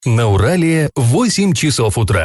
На Урале 8 часов утра.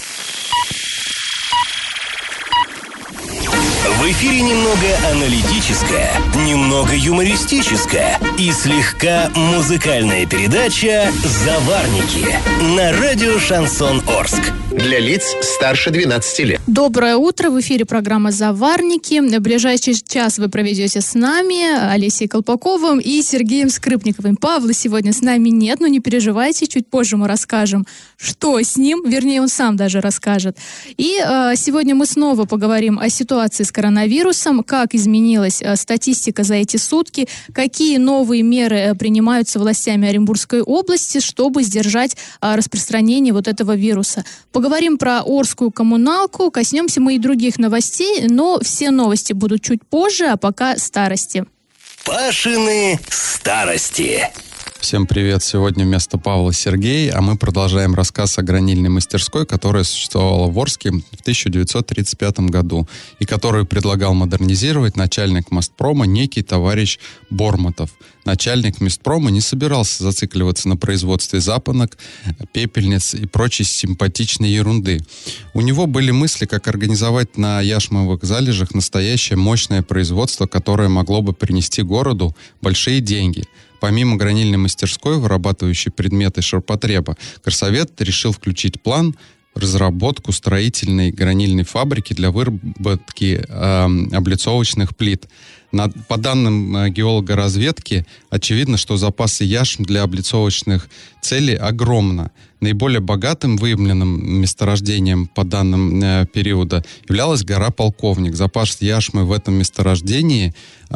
В эфире немного аналитическая, немного юмористическая и слегка музыкальная передача «Заварники» на радио «Шансон Орск». Для лиц старше 12 лет. Доброе утро. В эфире программа «Заварники». В ближайший час вы проведете с нами Олесей Колпаковым и Сергеем Скрипниковым. Павла сегодня с нами нет, но не переживайте, чуть позже мы расскажем, что с ним, вернее, он сам даже расскажет. И сегодня мы снова поговорим о ситуации с коронавирусом, как изменилась статистика за эти сутки, какие новые меры принимаются властями Оренбургской области, чтобы сдержать распространение вот этого вируса. Поговорим про Орскую коммуналку, коснемся мы и других новостей, но все новости будут чуть позже, а пока старости. Пашины старости. Всем привет! Сегодня вместо Павла Сергей, а мы продолжаем рассказ о гранильной мастерской, которая существовала в Орске в 1935 году и которую предлагал модернизировать начальник Мастпрома некий товарищ Бормотов. Начальник Мастпрома не собирался зацикливаться на производстве запонок, пепельниц и прочей симпатичной ерунды. У него были мысли, как организовать на яшмовых залежах настоящее мощное производство, которое могло бы принести городу большие деньги. Помимо гранильной мастерской, вырабатывающей предметы ширпотреба, горсовет решил включить план разработку строительной гранильной фабрики для выработки облицовочных плит. По данным геологоразведки, очевидно, что запасы яшм для облицовочных целей огромны. Наиболее богатым выявленным месторождением по данным периода являлась гора Полковник. Запасы яшмы в этом месторождении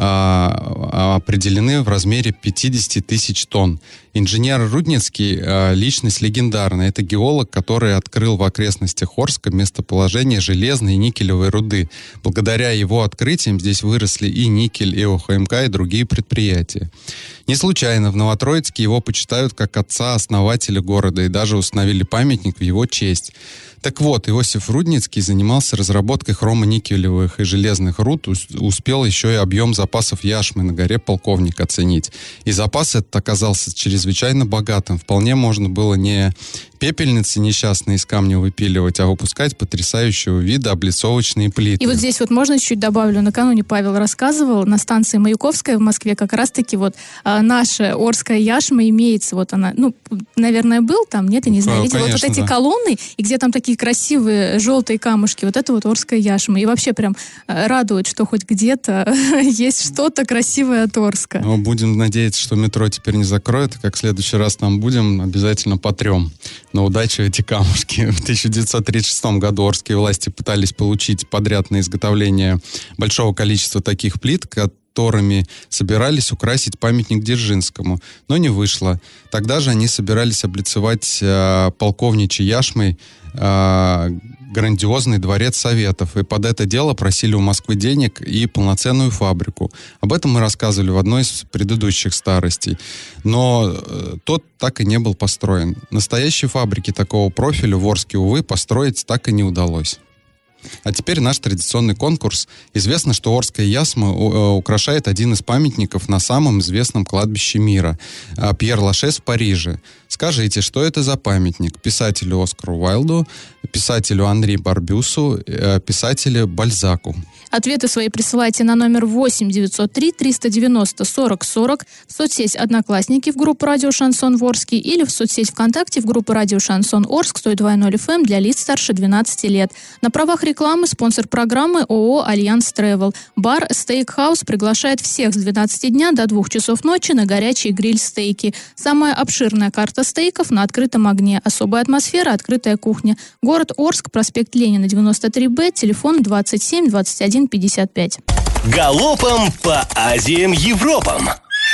определены в размере 50 тысяч тонн. Инженер Рудницкий личность легендарная. Это геолог, который открыл в окрестностях Орска местоположение железной и никелевой руды. Благодаря его открытиям здесь выросли и никель, и ОХМК, и другие предприятия. Не случайно в Новотроицке его почитают как отца-основателя города и даже установили памятник в его честь. Так вот, Иосиф Рудницкий занимался разработкой хромоникелевых и железных руд, успел еще и объем запасов яшмы на горе Полковник оценить. И запас этот оказался чрезвычайно богатым. Вполне можно было не пепельницы несчастные из камня выпиливать, а выпускать потрясающего вида облицовочные плиты. И вот здесь вот можно чуть добавлю. Накануне Павел рассказывал, на станции Маяковская в Москве как раз-таки вот наша Орская яшма имеется. Вот она, наверное, был там, нет, я не знаю. Видел вот эти колонны, и где там такие красивые желтые камушки. Вот это вот Орская яшма. И вообще прям радует, что хоть где-то есть что-то красивое от Орска. Ну, будем надеяться, что метро теперь не закроет. Как в следующий раз там будем, обязательно потрем на удачу эти камушки. В 1936 году орские власти пытались получить подряд на изготовление большого количества таких плит, которыми собирались украсить памятник Дзержинскому, но не вышло. Тогда же они собирались облицевать полковничьей яшмой грандиозный дворец Советов, и под это дело просили у Москвы денег и полноценную фабрику. Об этом мы рассказывали в одной из предыдущих старостей. Но тот так и не был построен. Настоящей фабрики такого профиля в Орске, увы, построить так и не удалось. А теперь наш традиционный конкурс. Известно, что Орская яшма украшает один из памятников на самом известном кладбище мира – Пьер Лашез в Париже. Скажите, что это за памятник? Писателю Оскару Уайльду, писателю Анри Барбюсу, писателю Бальзаку. Ответы свои присылайте на номер 8 903 390 40 40 в соцсеть «Одноклассники» в группу «Радио Шансон Орск» или в соцсеть ВКонтакте в группу «Радио Шансон Орск» 102.0 FM для лиц старше 12 лет. На правах рекламы спонсор программы ООО «Альянс Тревел». Бар «Стейкхаус» приглашает всех с 12 дня до 2 часов ночи на горячие гриль-стейки. Самая обширная карта стейков на открытом огне. Особая атмосфера, открытая кухня. Город Орск, проспект Ленина, 93Б, телефон 27 21 55. Галопом по Азиям, Европам.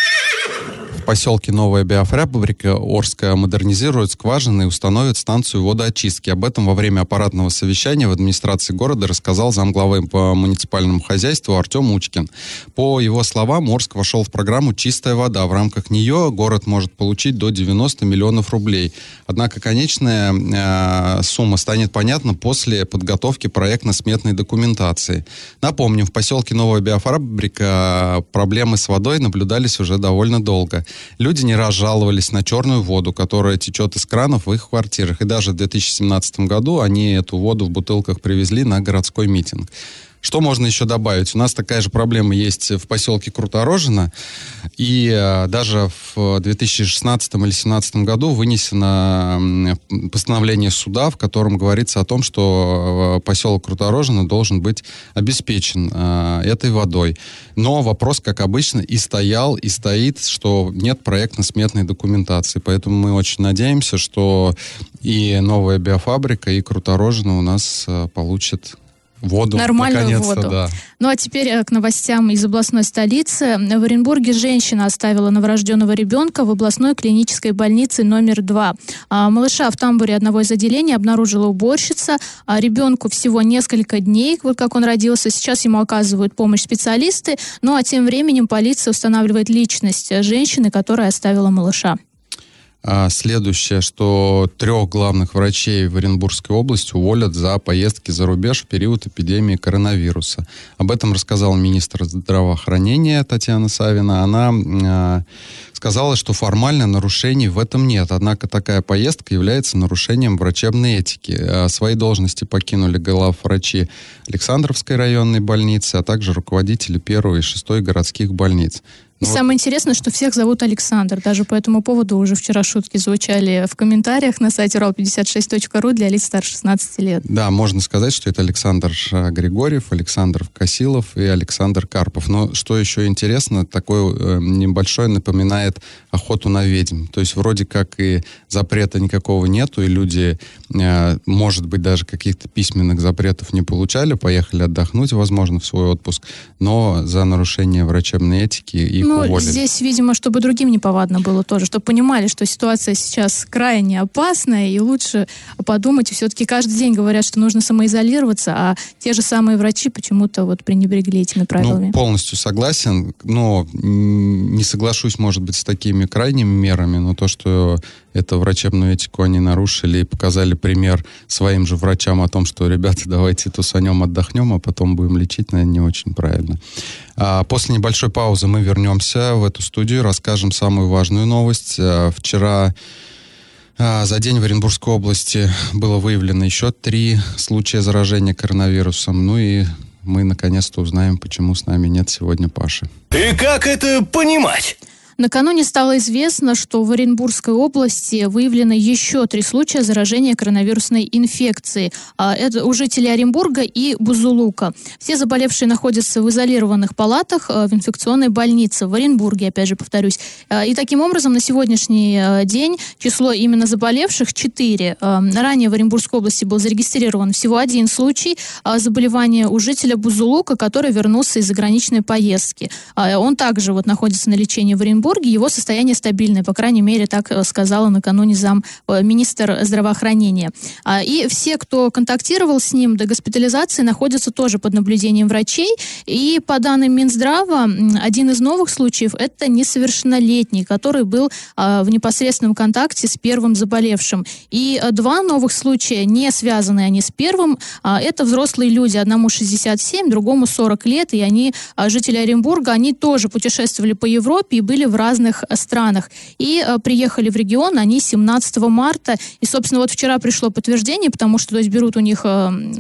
В поселке Новая биофабрика Орская модернизирует скважины и установит станцию водоочистки. Об этом во время аппаратного совещания в администрации города рассказал замглавы по муниципальному хозяйству Артем Учкин. По его словам, Орск вошел в программу «Чистая вода». В рамках нее город может получить до 90 миллионов рублей. Однако конечная сумма станет понятна после подготовки проектно-сметной документации. Напомним, в поселке Новая биофабрика проблемы с водой наблюдались уже довольно долго. Люди не раз жаловались на черную воду, которая течет из кранов в их квартирах. И даже в 2017 году они эту воду в бутылках привезли на городской митинг. Что можно еще добавить? У нас такая же проблема есть в поселке Круторожино. И даже в 2016 или 2017 году вынесено постановление суда, в котором говорится о том, что поселок Круторожино должен быть обеспечен этой водой. Но вопрос, как обычно, и стоял, и стоит, что нет проектно-сметной документации. Поэтому мы очень надеемся, что и новая биофабрика, и Круторожино у нас получат воду. Нормальную воду. Да. Ну а теперь к новостям из областной столицы. В Оренбурге женщина оставила новорожденного ребенка в областной клинической больнице номер 2. Малыша в тамбуре одного из отделений обнаружила уборщица. Ребенку всего несколько дней, вот как он родился. Сейчас ему оказывают помощь специалисты. Ну а тем временем полиция устанавливает личность женщины, которая оставила малыша. Следующее, что 3 главных врачей в Оренбургской области уволят за поездки за рубеж в период эпидемии коронавируса. Об этом рассказал министр здравоохранения Татьяна Савина. Она сказала, что формально нарушений в этом нет. Однако такая поездка является нарушением врачебной этики. Свои должности покинули главврачи Александровской районной больницы, а также руководители 1 и 6 городских больниц. И самое интересное, что всех зовут Александр. Даже по этому поводу уже вчера шутки звучали в комментариях на сайте урал56.ру для лиц старше 16 лет. Да, можно сказать, что это Александр Григорьев, Александр Косилов и Александр Карпов. Но что еще интересно, такое небольшое напоминает охоту на ведьм. То есть вроде как и запрета никакого нету, и люди, может быть, даже каких-то письменных запретов не получали, поехали отдохнуть, возможно, в свой отпуск, но за нарушение врачебной этики их уволили. Здесь, видимо, чтобы другим неповадно было тоже, чтобы понимали, что ситуация сейчас крайне опасная, и лучше подумать. И все-таки каждый день говорят, что нужно самоизолироваться, а те же самые врачи почему-то вот пренебрегли этими правилами. Ну, полностью согласен, но не соглашусь, может быть, с такими крайними мерами, но то, что эту врачебную этику они нарушили и показали пример своим же врачам о том, что, ребята, давайте тусанем, отдохнем, а потом будем лечить, наверное, не очень правильно. После небольшой паузы мы вернемся в эту студию, расскажем самую важную новость. Вчера за день в Оренбургской области было выявлено еще 3 случая заражения коронавирусом. Ну и мы наконец-то узнаем, почему с нами нет сегодня Паши. И как это понимать? Накануне стало известно, что в Оренбургской области выявлено еще 3 случая заражения коронавирусной инфекцией. Это у жителей Оренбурга и Бузулука. Все заболевшие находятся в изолированных палатах в инфекционной больнице в Оренбурге, опять же повторюсь. И таким образом на сегодняшний день число именно заболевших 4. Ранее в Оренбургской области был зарегистрирован всего 1 случай заболевания у жителя Бузулука, который вернулся из заграничной поездки. Он также находится на лечении в Оренбурге. Его состояние стабильное, по крайней мере, так сказала накануне замминистра здравоохранения. И все, кто контактировал с ним до госпитализации, находятся тоже под наблюдением врачей. И по данным Минздрава, один из новых случаев – это несовершеннолетний, который был в непосредственном контакте с первым заболевшим. И 2 новых случая, не связаны они с первым, это взрослые люди, одному 67, другому 40 лет, и они, жители Оренбурга, они тоже путешествовали по Европе и были в разных странах. И приехали в регион они 17 марта. И, собственно, вчера пришло подтверждение, потому что берут у них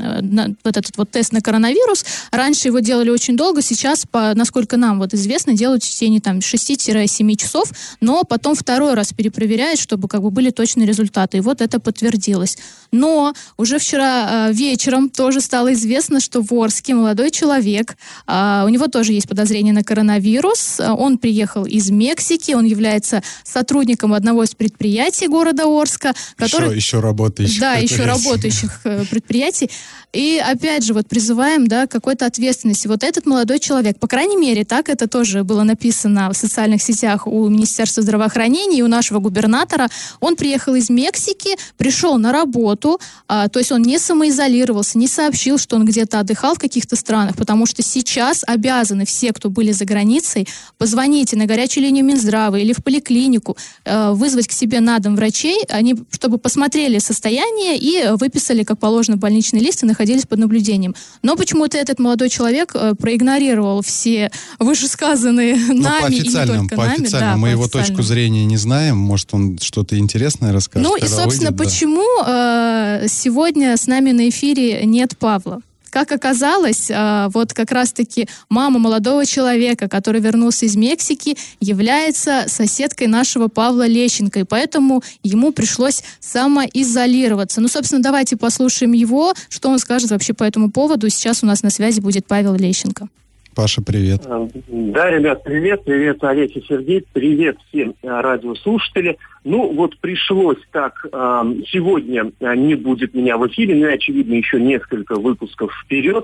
этот тест на коронавирус. Раньше его делали очень долго, сейчас, насколько нам известно, делают в течение 6-7 часов, но потом 2 раз перепроверяют, чтобы были точные результаты. И это подтвердилось. Но уже вчера вечером тоже стало известно, что в Орске молодой человек, у него тоже есть подозрение на коронавирус. Он приехал из Мексики, он является сотрудником одного из предприятий города Орска. Еще работающих. Да, еще работающих предприятий. И опять же, призываем, какой-то ответственности. Этот молодой человек, по крайней мере, так это тоже было написано в социальных сетях у Министерства здравоохранения и у нашего губернатора. Он приехал из Мексики, пришел на работу, то есть он не самоизолировался, не сообщил, что он где-то отдыхал в каких-то странах, потому что сейчас обязаны все, кто были за границей, позвоните на горячую управлению Минздрава или в поликлинику, вызвать к себе на дом врачей, чтобы посмотрели состояние и выписали, как положено, больничный лист и находились под наблюдением. Но почему-то этот молодой человек проигнорировал все вышесказанные нами и не только нами. Официально. Мы его точку зрения не знаем. Может, он что-то интересное расскажет. Ну и, собственно, почему сегодня с нами на эфире нет Павла? Как оказалось, вот как раз-таки мама молодого человека, который вернулся из Мексики, является соседкой нашего Павла Лещенко, и поэтому ему пришлось самоизолироваться. Ну, собственно, давайте послушаем его, что он скажет вообще по этому поводу. Сейчас у нас на связи будет Павел Лещенко. Паша, привет. Да, ребят, привет. Привет, Олег и Сергей. Привет всем радиослушатели. Ну, вот пришлось так. Сегодня не будет меня в эфире, но, очевидно, еще несколько выпусков вперед.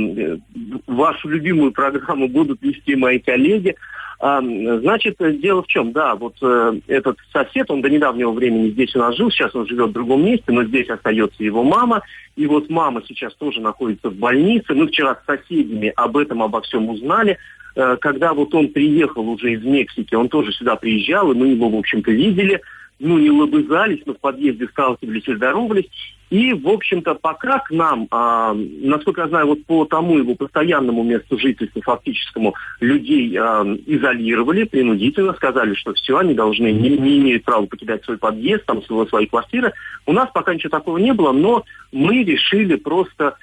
Вашу любимую программу будут вести мои коллеги. Значит, дело в чем, да, вот этот сосед, он до недавнего времени здесь у нас жил, сейчас он живет в другом месте, но здесь остается его мама, и вот мама сейчас тоже находится в больнице. Мы вчера с соседями обо всем узнали. Когда вот он приехал уже из Мексики, он тоже сюда приезжал, и мы его, в общем-то, видели, ну, не лобызались, но в подъезде сталкивались и здоровались. И, в общем-то, пока к нам, насколько я знаю, вот по тому его постоянному месту жительства фактическому людей изолировали принудительно, сказали, что все, они должны, не имеют права покидать свой подъезд, там, свои квартиры. У нас пока ничего такого не было, но мы решили просто,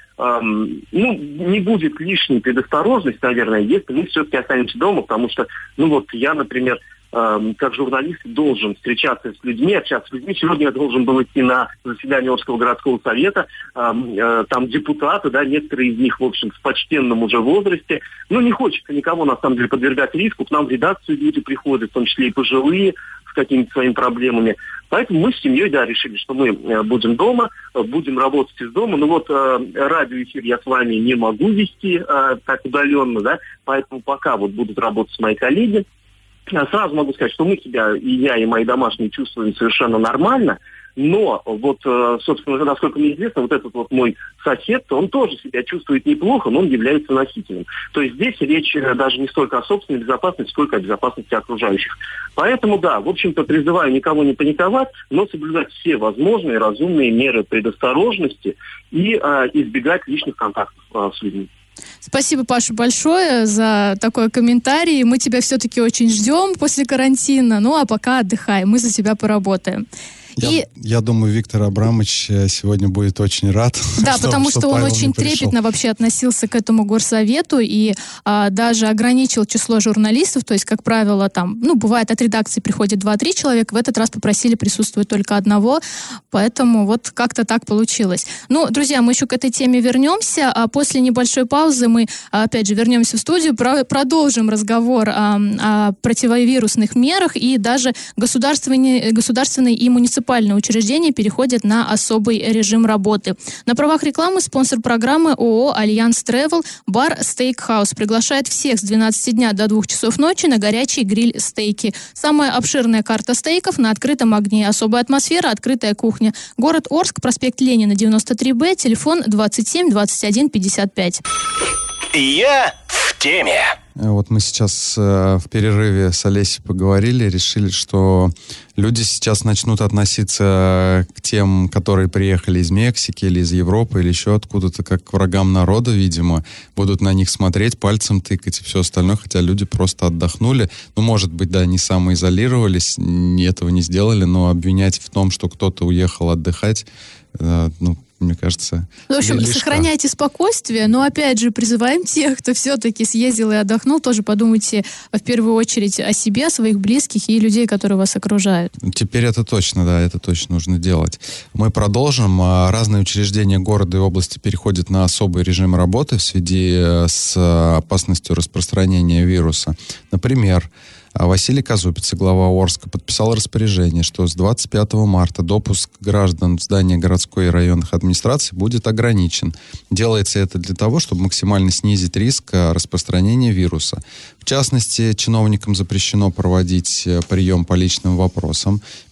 не будет лишней предосторожности, наверное, если мы все-таки останемся дома, потому что, я, например, как журналист должен встречаться с людьми, общаться с людьми. Сегодня я должен был идти на заседание Орского городского совета. Там депутаты, да, некоторые из них, в общем, в почтенном уже возрасте. Не хочется никого, на самом деле, подвергать риску. К нам в редакцию люди приходят, в том числе и пожилые, с какими-то своими проблемами. Поэтому мы с семьей, да, решили, что мы будем дома, будем работать из дома. Радиоэфир я с вами не могу вести так удаленно, да, поэтому пока вот будут работать мои коллеги. Сразу могу сказать, что мы себя, и я, и мои домашние, чувствуем совершенно нормально, но собственно, насколько мне известно, вот этот вот мой сосед, он тоже себя чувствует неплохо, но он является носителем. То есть здесь речь даже не столько о собственной безопасности, сколько о безопасности окружающих. Поэтому, да, в общем-то, призываю никого не паниковать, но соблюдать все возможные разумные меры предосторожности и избегать лишних контактов с людьми. Спасибо, Паша, большое за такой комментарий. Мы тебя все-таки очень ждем после карантина. А пока отдыхай, мы за тебя поработаем. Я думаю, Виктор Абрамович сегодня будет очень рад. Да, потому что он очень трепетно вообще относился к этому горсовету и даже ограничил число журналистов. То есть, как правило, там, бывает, от редакции приходит 2-3 человека. В этот раз попросили присутствовать только одного. Поэтому вот как-то так получилось. Друзья, мы еще к этой теме вернемся. А после небольшой паузы мы, опять же, вернемся в студию, продолжим разговор о противовирусных мерах, и даже государственные и муниципальные учреждения переходят на особый режим работы. На правах рекламы спонсор программы ООО «Альянс Тревел» бар «Стейкхаус» приглашает всех с 12 дня до 2 часов ночи на горячие гриль-стейки. Самая обширная карта стейков на открытом огне. Особая атмосфера, открытая кухня. Город Орск, проспект Ленина, 93Б, телефон 27 21 55. Я в теме. Вот мы сейчас в перерыве с Олесей поговорили, решили, что люди сейчас начнут относиться к тем, которые приехали из Мексики или из Европы или еще откуда-то, как к врагам народа, видимо. Будут на них смотреть, пальцем тыкать и все остальное, хотя люди просто отдохнули. Может быть, да, не самоизолировались, этого не сделали, но обвинять в том, что кто-то уехал отдыхать, мне кажется, в общем, сохраняйте спокойствие, но, опять же, призываем тех, кто все-таки съездил и отдохнул, тоже подумайте в первую очередь о себе, о своих близких и людей, которые вас окружают. Теперь это точно, да, это точно нужно делать. Мы продолжим. Разные учреждения города и области переходят на особый режим работы в связи с опасностью распространения вируса. Например, Василий Казупица, глава Орска, подписал распоряжение, что с 25 марта допуск граждан в здания городской и районных администраций будет ограничен. Делается это для того, чтобы максимально снизить риск распространения вируса. В частности, чиновникам запрещено проводить прием по личным вопросам,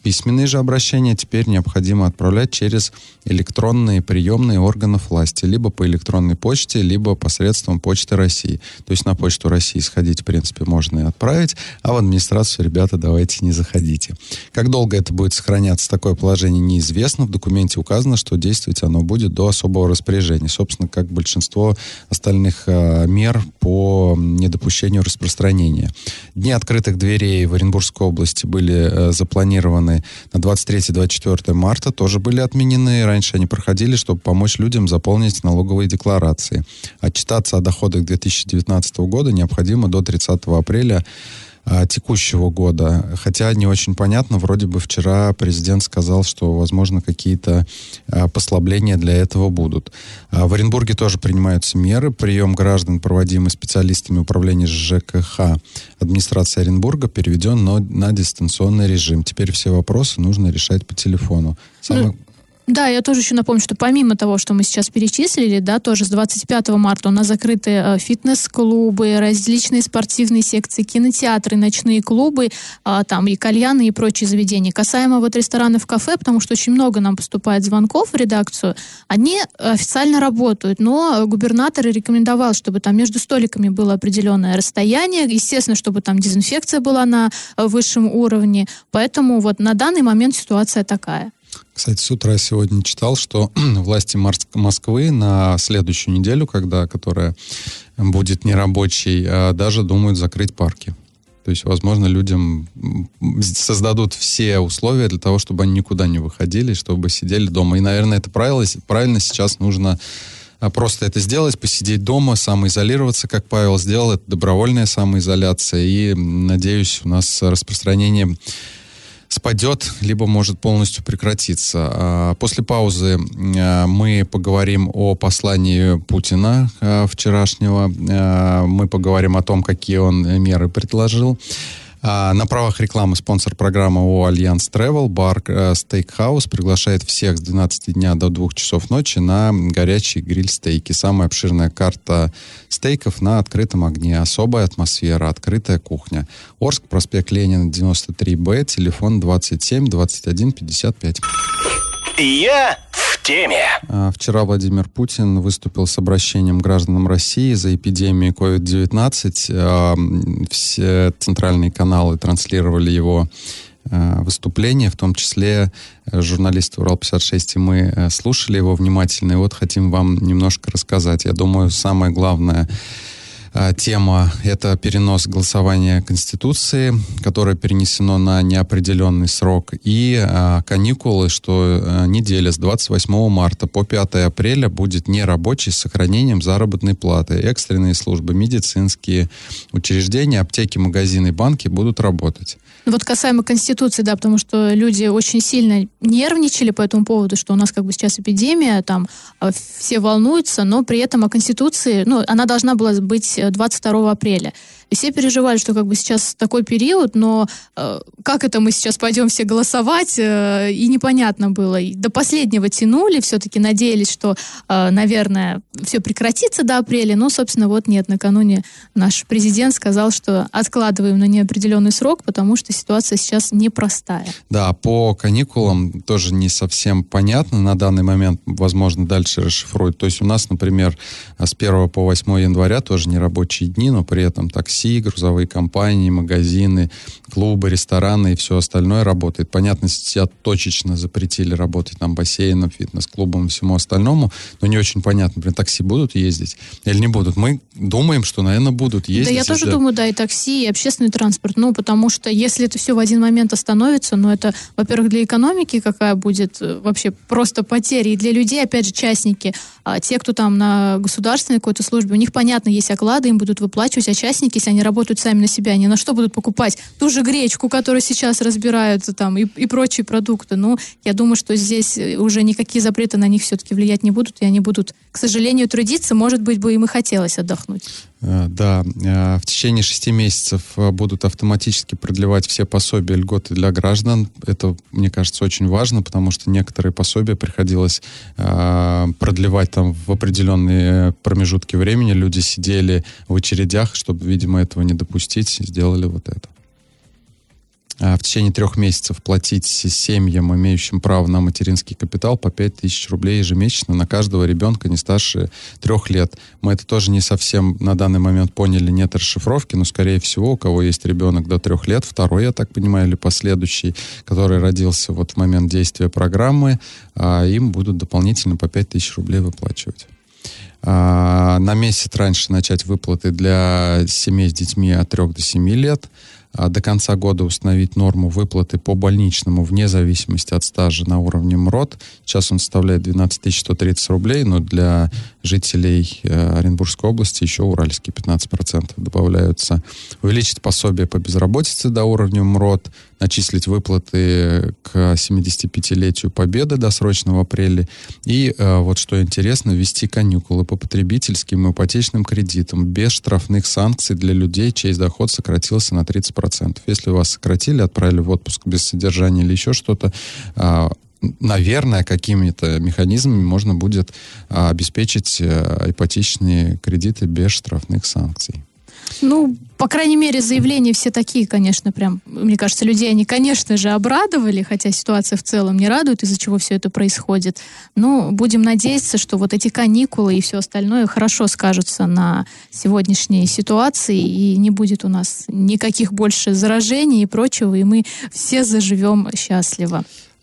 Письменные же обращения теперь необходимо отправлять через электронные приемные органов власти, либо по электронной почте, либо посредством Почты России. То есть на Почту России сходить, в принципе, можно и отправить, а в администрацию, ребята, давайте не заходите. Как долго это будет сохраняться, такое положение неизвестно. В документе указано, что действовать оно будет до особого распоряжения. Собственно, как большинство остальных мер по недопущению распространения. Дни открытых дверей в Оренбургской области были запланированы на 23-24 марта, тоже были отменены. Раньше они проходили, чтобы помочь людям заполнить налоговые декларации. Отчитаться о доходах 2019 года необходимо до 30 апреля текущего года. Хотя не очень понятно, вроде бы вчера президент сказал, что, возможно, какие-то послабления для этого будут. В Оренбурге тоже принимаются меры. Прием граждан, проводимый специалистами управления ЖКХ администрации Оренбурга, переведен на дистанционный режим. Теперь все вопросы нужно решать по телефону. Да, я тоже еще напомню, что помимо того, что мы сейчас перечислили, да, тоже с 25 марта у нас закрыты фитнес-клубы, различные спортивные секции, кинотеатры, ночные клубы, там и кальяны, и прочие заведения. Касаемо вот ресторанов, кафе, потому что очень много нам поступает звонков в редакцию, они официально работают, но губернатор рекомендовал, чтобы там между столиками было определенное расстояние, естественно, чтобы там дезинфекция была на высшем уровне, поэтому вот на данный момент ситуация такая. Кстати, с утра сегодня читал, что власти Москвы на следующую неделю, которая будет нерабочей, даже думают закрыть парки. То есть, возможно, людям создадут все условия для того, чтобы они никуда не выходили, чтобы сидели дома. И, наверное, это правильно сейчас нужно просто это сделать, посидеть дома, самоизолироваться, как Павел сделал. Это добровольная самоизоляция. И, надеюсь, у нас распространение спадет, либо может полностью прекратиться. После паузы мы поговорим о послании Путина вчерашнего. Мы поговорим о том, какие он меры предложил. На правах рекламы спонсор программы ООО «Альянс Тревел» бар «Стейкхаус» приглашает всех с 12 дня до 2 часов ночи на горячие гриль-стейки. Самая обширная карта стейков на открытом огне. Особая атмосфера, открытая кухня. Орск, проспект Ленина, 93Б, телефон 27 21 55. Я в теме. Вчера Владимир Путин выступил с обращением к гражданам России за эпидемией COVID-19. Все центральные каналы транслировали его выступление, в том числе журналисты Урал-56, и мы слушали его внимательно, и вот хотим вам немножко рассказать. Я думаю, самое главное тема — это перенос голосования Конституции, которое перенесено на неопределенный срок, и каникулы, что неделя с 28 марта по 5 апреля будет нерабочей с сохранением заработной платы. Экстренные службы, медицинские учреждения, аптеки, магазины, банки будут работать. Вот касаемо Конституции, да, потому что люди очень сильно нервничали по этому поводу, что у нас как бы сейчас эпидемия, там все волнуются, но при этом о Конституции, она должна была быть 22 апреля. И все переживали, что как бы сейчас такой период, но как это мы сейчас пойдем все голосовать, и непонятно было. И до последнего тянули, все-таки надеялись, что, наверное, все прекратится до апреля, но, собственно, вот нет. Накануне наш президент сказал, что откладываем на неопределенный срок, потому что ситуация сейчас непростая. Да, по каникулам тоже не совсем понятно на данный момент, возможно, дальше расшифруют. То есть у нас, например, с 1 по 8 января тоже нерабочие дни, но при этом такси, грузовые компании, магазины, клубы, рестораны и все остальное работает. Понятно, сейчас точечно запретили работать там бассейном, фитнес-клубом и всему остальному, но не очень понятно, например, такси будут ездить или не будут. Мы думаем, что, наверное, будут ездить. Да, я тоже думаю, да, и такси, и общественный транспорт. Потому что если это все в один момент остановится, это, во-первых, для экономики какая будет вообще просто потеря, и для людей, опять же, частники, те, кто там на государственной какой-то службе, у них, понятно, есть оклады, им будут выплачивать, а частники, если они работают сами на себя, они на что будут покупать? Ту же гречку, которую сейчас разбирают, там, и прочие продукты. Я думаю, что здесь уже никакие запреты на них все-таки влиять не будут, и они будут, к сожалению, трудиться. Может быть, бы им и хотелось отдохнуть. Да, в течение 6 месяцев будут автоматически продлевать все пособия, льготы для граждан. Это, мне кажется, очень важно, потому что некоторые пособия приходилось продлевать там в определенные промежутки времени. Люди сидели в очередях, чтобы, видимо, этого не допустить, сделали вот это. в течение 3 месяцев платить семьям, имеющим право на материнский капитал, по 5000 рублей ежемесячно на каждого ребенка не старше 3 лет. Мы это тоже не совсем на данный момент поняли, нет расшифровки, но, скорее всего, у кого есть ребенок до 3 лет, второй, я так понимаю, или последующий, который родился вот в момент действия программы, им будут дополнительно по 5000 рублей выплачивать. На месяц раньше начать выплаты для семей с детьми от 3 до 7 лет. До конца года установить норму выплаты по больничному вне зависимости от стажа на уровне МРОТ. Сейчас он составляет 12 130 рублей, но для жителей Оренбургской области еще уральские 15% добавляются. Увеличить пособие по безработице до уровня МРОТ, начислить выплаты к 75-летию Победы досрочно в апреле. И вот что интересно, ввести каникулы по потребительским и ипотечным кредитам без штрафных санкций для людей, чей доход сократился на 30%. Если вас сократили, отправили в отпуск без содержания или еще что-то, наверное, какими-то механизмами можно будет обеспечить ипотечные кредиты без штрафных санкций. Ну, по крайней мере, заявления все такие, конечно, прям, мне кажется, людей они, конечно же, обрадовали, хотя ситуация в целом не радует, из-за чего все это происходит. Но будем надеяться, что вот эти каникулы и все остальное хорошо скажутся на сегодняшней ситуации, и не будет у нас никаких больше заражений и прочего, и мы все заживем счастливо.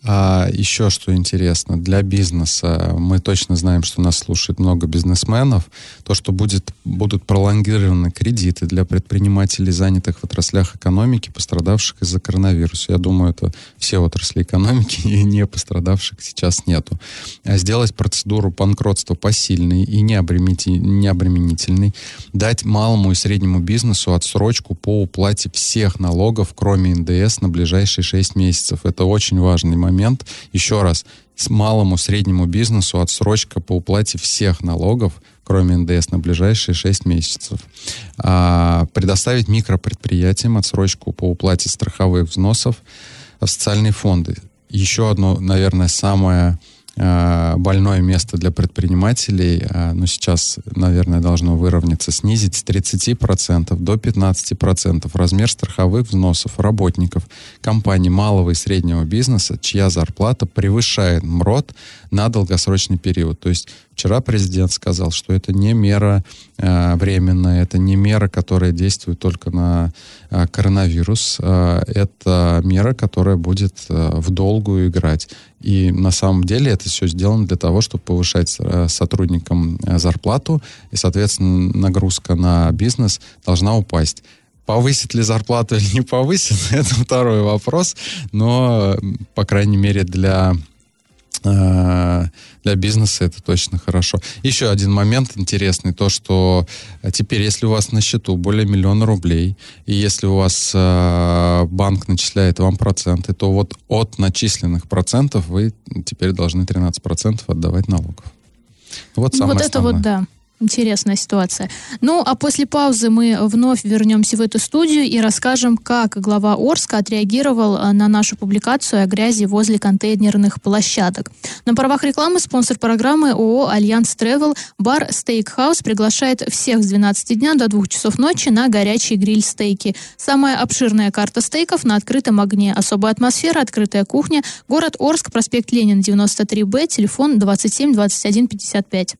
Еще что интересно, для бизнеса мы точно знаем, что нас слушает много бизнесменов. То, что будут пролонгированы кредиты для предпринимателей, занятых в отраслях экономики, пострадавших из-за коронавируса. Я думаю, это все отрасли экономики, и не пострадавших сейчас нету. Сделать процедуру банкротства посильной и необременительной. Дать малому и среднему бизнесу отсрочку по уплате всех налогов, кроме НДС, на ближайшие 6 месяцев. Это очень важный момент. Еще раз, малому, среднему бизнесу отсрочка по уплате всех налогов, кроме НДС, на ближайшие 6 месяцев. Предоставить микропредприятиям отсрочку по уплате страховых взносов в социальные фонды. Еще одно, наверное, самое больное место для предпринимателей, но сейчас, наверное, должно выровняться, снизить с 30% до 15% размер страховых взносов работников компаний малого и среднего бизнеса, чья зарплата превышает МРОТ на долгосрочный период. То есть вчера президент сказал, что это не мера временная, это не мера, которая действует только на коронавирус, это мера, которая будет в долгую играть. И на самом деле это все сделано для того, чтобы повышать сотрудникам зарплату, и, соответственно, нагрузка на бизнес должна упасть. Повысит ли зарплату или не повысит, это второй вопрос, но, по крайней мере, для бизнеса это точно хорошо. Еще один момент интересный, то, что теперь, если у вас на счету более 1 миллиона рублей, и если у вас банк начисляет вам проценты, то вот от начисленных процентов вы теперь должны 13% отдавать налогов. Вот самое это основное. вот, да. Интересная ситуация. Ну, а после паузы мы вновь вернемся в эту студию и расскажем, как глава Орска отреагировал на нашу публикацию о грязи возле контейнерных площадок. На правах рекламы спонсор программы ООО «Альянс Тревел» бар «Стейкхаус» приглашает всех с 12 дня до 2 часов ночи на горячие гриль-стейки. Самая обширная карта стейков на открытом огне. Особая атмосфера, открытая кухня. Город Орск, проспект Ленина, 93Б, телефон 27 21 55.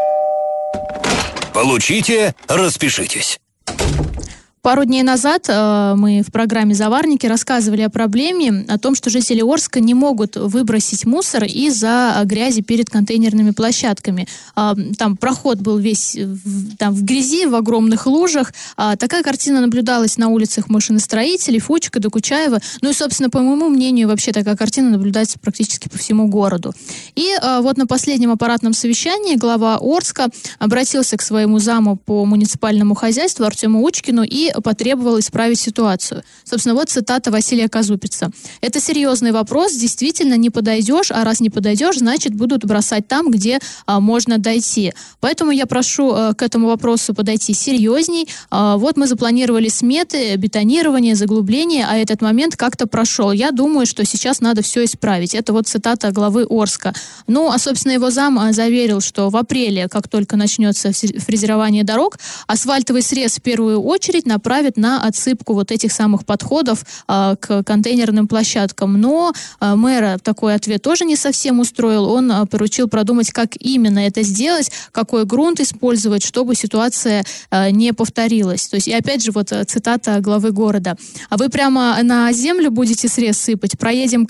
Получите, распишитесь. Пару дней назад мы в программе «Заварники» рассказывали о проблеме, о том, что жители Орска не могут выбросить мусор из-за грязи перед контейнерными площадками. Там проход был весь в грязи, в огромных лужах. Такая картина наблюдалась на улицах машиностроителей, Фучика, Докучаева. Ну и, собственно, по моему мнению, вообще такая картина наблюдается практически по всему городу. И вот на последнем аппаратном совещании глава Орска обратился к своему заму по муниципальному хозяйству Артему Учкину и потребовал исправить ситуацию. Собственно, вот цитата Василия Казупица. «Это серьезный вопрос, действительно не подойдешь, а раз не подойдешь, значит, будут бросать там, где можно дойти. Поэтому я прошу к этому вопросу подойти серьезней. Вот мы запланировали сметы, бетонирование, заглубление, а этот момент как-то прошел. Я думаю, что сейчас надо все исправить». Это вот цитата главы Орска. Ну, а, собственно, его зам заверил, что в апреле, как только начнется фрезерование дорог, асфальтовый срез в первую очередь направит на отсыпку вот этих самых подходов к контейнерным площадкам. Но мэра такой ответ тоже не совсем устроил. Он поручил продумать, как именно это сделать, какой грунт использовать, чтобы ситуация не повторилась. То есть, и опять же, вот цитата главы города. А вы прямо на землю будете срез сыпать? Проедет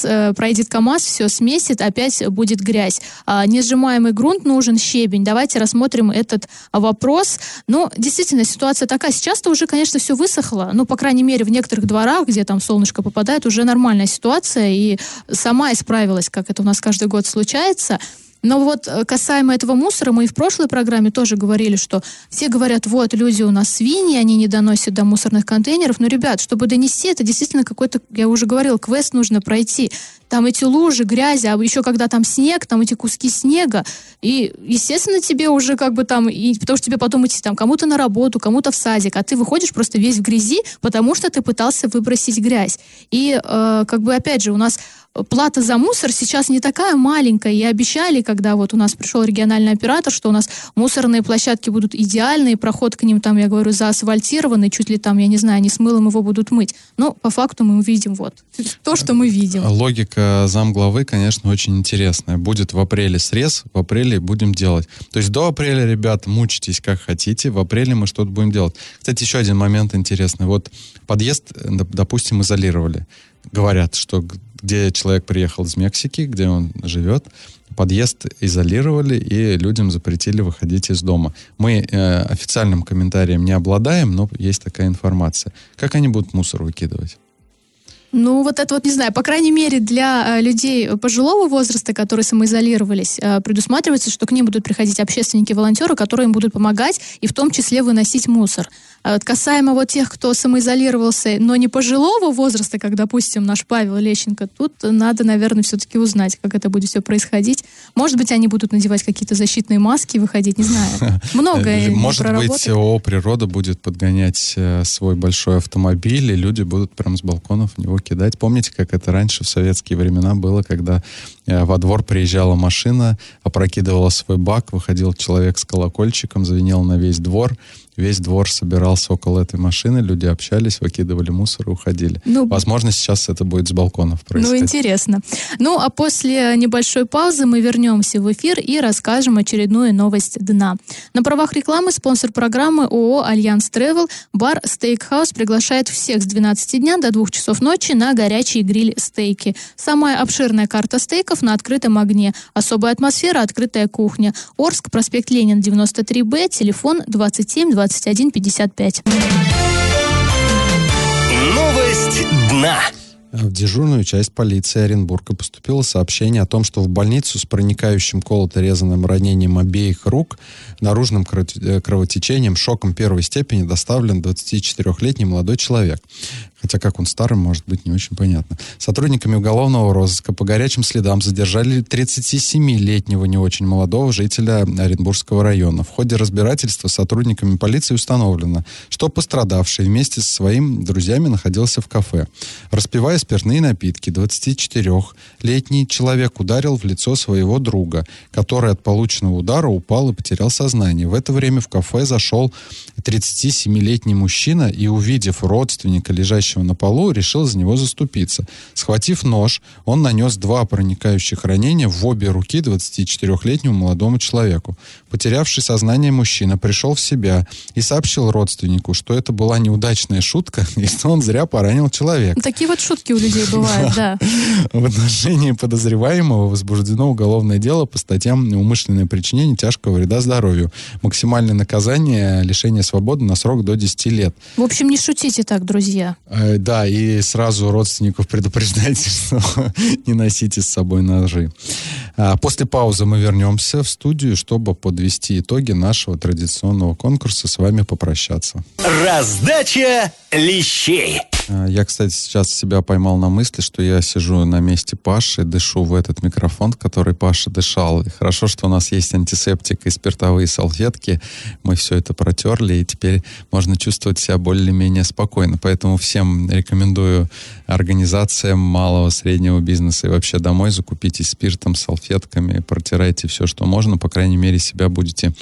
КамАЗ, все смесит, опять будет грязь. Несжимаемый грунт нужен, щебень. Давайте рассмотрим этот вопрос. Ну, действительно, ситуация такая. Сейчас-то уже, конечно, все высохло. Ну, по крайней мере, в некоторых дворах, где там солнышко попадает, уже нормальная ситуация. И сама исправилась, как это у нас каждый год случается. Но вот касаемо этого мусора, мы и в прошлой программе тоже говорили, что все говорят, вот, люди у нас свиньи, они не доносят до мусорных контейнеров. Но, ребят, чтобы донести, это действительно какой-то, я уже говорила, квест нужно пройти. Там эти лужи, грязи, а еще когда там снег, там эти куски снега. И, естественно, тебе уже как бы там, потому что тебе потом идти там кому-то на работу, кому-то в садик, а ты выходишь просто весь в грязи, потому что ты пытался выбросить грязь. И как бы опять же у нас плата за мусор сейчас не такая маленькая. И обещали, когда вот у нас пришел региональный оператор, что у нас мусорные площадки будут идеальные, проход к ним там, я говорю, заасфальтированный, чуть ли там, я не знаю, они с мылом его будут мыть. Но по факту мы увидим вот то, что мы видим. Логика замглавы, конечно, очень интересная. Будет в апреле срез, в апреле будем делать. То есть до апреля, ребята, мучитесь как хотите, в апреле мы что-то будем делать. Кстати, еще один момент интересный. Вот подъезд, допустим, изолировали. Говорят, что где человек приехал из Мексики, где он живет, подъезд изолировали и людям запретили выходить из дома. Мы официальным комментарием не обладаем, но есть такая информация. Как они будут мусор выкидывать? Ну, вот это вот, не знаю, по крайней мере, для людей пожилого возраста, которые самоизолировались, предусматривается, что к ним будут приходить общественники-волонтеры, которые им будут помогать и в том числе выносить мусор. А вот касаемо вот тех, кто самоизолировался, но не пожилого возраста, как, допустим, наш Павел Лещенко, тут надо, наверное, все-таки узнать, как это будет все происходить. Может быть, они будут надевать какие-то защитные маски, выходить, не знаю. Многое может быть, ООО «Природа» будет подгонять свой большой автомобиль, и люди будут прям с балконов в него кидать. Помните, как это раньше в советские времена было, когда во двор приезжала машина, опрокидывала свой бак, выходил человек с колокольчиком, звенел на весь двор собирался около этой машины, люди общались, выкидывали мусор и уходили. Возможно, сейчас это будет с балконов происходить. Ну, интересно. Ну, а после небольшой паузы мы вернемся в эфир и расскажем очередную новость дна. На правах рекламы спонсор программы ООО «Альянс Тревел» бар «Стейкхаус» приглашает всех с 12 дня до 2 часов ночи на горячие гриль-стейки. Самая обширная карта стейков на открытом огне. Особая атмосфера, открытая кухня. Орск, проспект Ленина, 93Б, телефон 27 21 55. Новость дна. В дежурную часть полиции Оренбурга поступило сообщение о том, что в больницу с проникающим колото-резаным ранением обеих рук, наружным кровотечением, шоком первой степени доставлен 24-летний молодой человек. Хотя как он старым, может быть, не очень понятно. Сотрудниками уголовного розыска по горячим следам задержали 37-летнего не очень молодого жителя Оренбургского района. В ходе разбирательства сотрудниками полиции установлено, что пострадавший вместе со своими друзьями находился в кафе. Распивая спиртные напитки, 24-летний человек ударил в лицо своего друга, который от полученного удара упал и потерял сознание. В это время в кафе зашел 37-летний мужчина и, увидев родственника, лежащего на полу, решил за него заступиться. Схватив нож, он нанес 2 проникающих ранения в обе руки 24-летнему молодому человеку. Потерявший сознание мужчина пришел в себя и сообщил родственнику, что это была неудачная шутка и что он зря поранил человека. Такие вот шутки у людей бывают, да. В отношении подозреваемого возбуждено уголовное дело по статьям «Умышленное причинение тяжкого вреда здоровью». Максимальное наказание — лишение свободы на срок до 10 лет. В общем, не шутите так, друзья. Да, и сразу родственников предупреждайте, что не носите с собой ножи. После паузы мы вернемся в студию, чтобы подвести итоги нашего традиционного конкурса, с вами попрощаться. Раздача лещей. Я, кстати, сейчас себя поймал на мысли, что я сижу на месте Паши, дышу в этот микрофон, в который Паша дышал. И хорошо, что у нас есть антисептик и спиртовые салфетки. Мы все это протерли, и теперь можно чувствовать себя более-менее спокойно. Поэтому всем рекомендую организациям малого, среднего бизнеса и вообще домой закупитесь спиртом, салфетками, протирайте все, что можно. По крайней мере, себя будете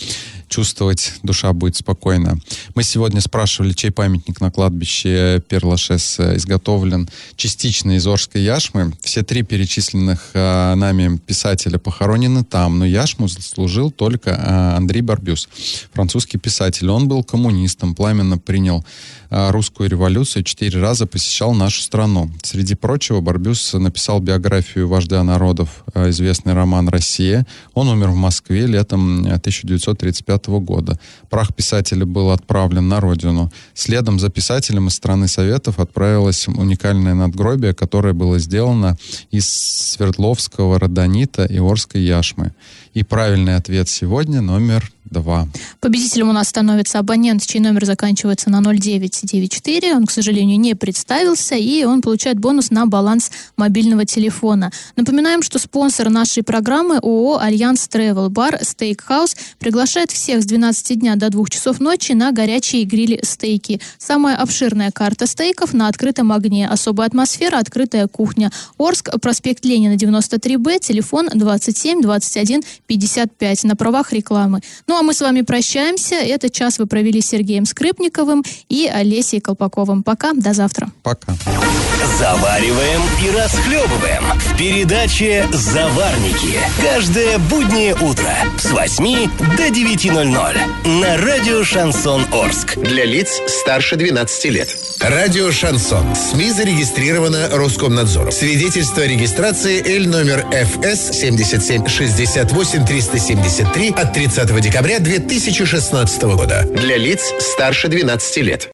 чувствовать, душа будет спокойна. Мы сегодня спрашивали, чей памятник на кладбище Пер-Лашез изготовлен частично из Орской яшмы. Все 3 перечисленных нами писателя похоронены там, но яшму служил только Андрей Барбюс, французский писатель. Он был коммунистом, пламенно принял русскую революцию, 4 раза посещал нашу страну. Среди прочего, Барбюс написал биографию вождя народов, известный роман «Россия». Он умер в Москве летом 1935 года. Прах писателя был отправлен на родину. Следом за писателем из страны Советов отправилось уникальное надгробие, которое было сделано из свердловского родонита и орской яшмы. И правильный ответ сегодня номер 2. Победителем у нас становится абонент, чей номер заканчивается на 0994. Он, к сожалению, не представился, и он получает бонус на баланс мобильного телефона. Напоминаем, что спонсор нашей программы ООО «Альянс Тревел». Бар «Стейкхаус» приглашает всех с 12 дня до 2 часов ночи на горячие гриль-стейки. Самая обширная карта стейков на открытом огне. Особая атмосфера, открытая кухня. Орск, проспект Ленина, 93Б, телефон 27 21 55 на правах рекламы. Ну а мы с вами прощаемся. Этот час вы провели с Сергеем Скрипниковым и Олесей Колпаковым. Пока, до завтра. Пока. Завариваем и расхлебываем в передаче «Заварники». Каждое буднее утро с 8 до 9:00 на радио «Шансон Орск». Для лиц старше 12 лет. Радио «Шансон». СМИ зарегистрировано Роскомнадзором. Свидетельство о регистрации Л номер ФС 77 68 373 от 30 декабря 2016 года. Для лиц старше 12 лет.